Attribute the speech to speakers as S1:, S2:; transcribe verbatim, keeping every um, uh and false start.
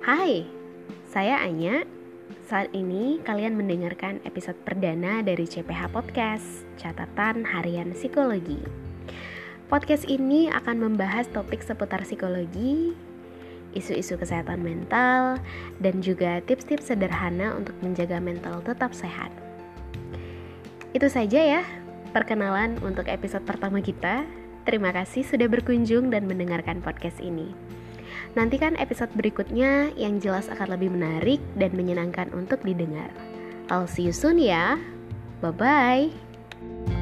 S1: Hai, saya Anya. Saat ini kalian mendengarkan episode perdana dari C P H Podcast, Catatan Harian Psikologi. Podcast ini akan membahas topik seputar psikologi, isu-isu kesehatan mental, dan juga tips-tips sederhana untuk menjaga mental tetap sehat. Itu saja ya, perkenalan untuk episode pertama kita. Terima kasih sudah berkunjung dan mendengarkan podcast ini. Nantikan episode berikutnya yang jelas akan lebih menarik dan menyenangkan untuk didengar. I'll see you soon ya. Bye-bye.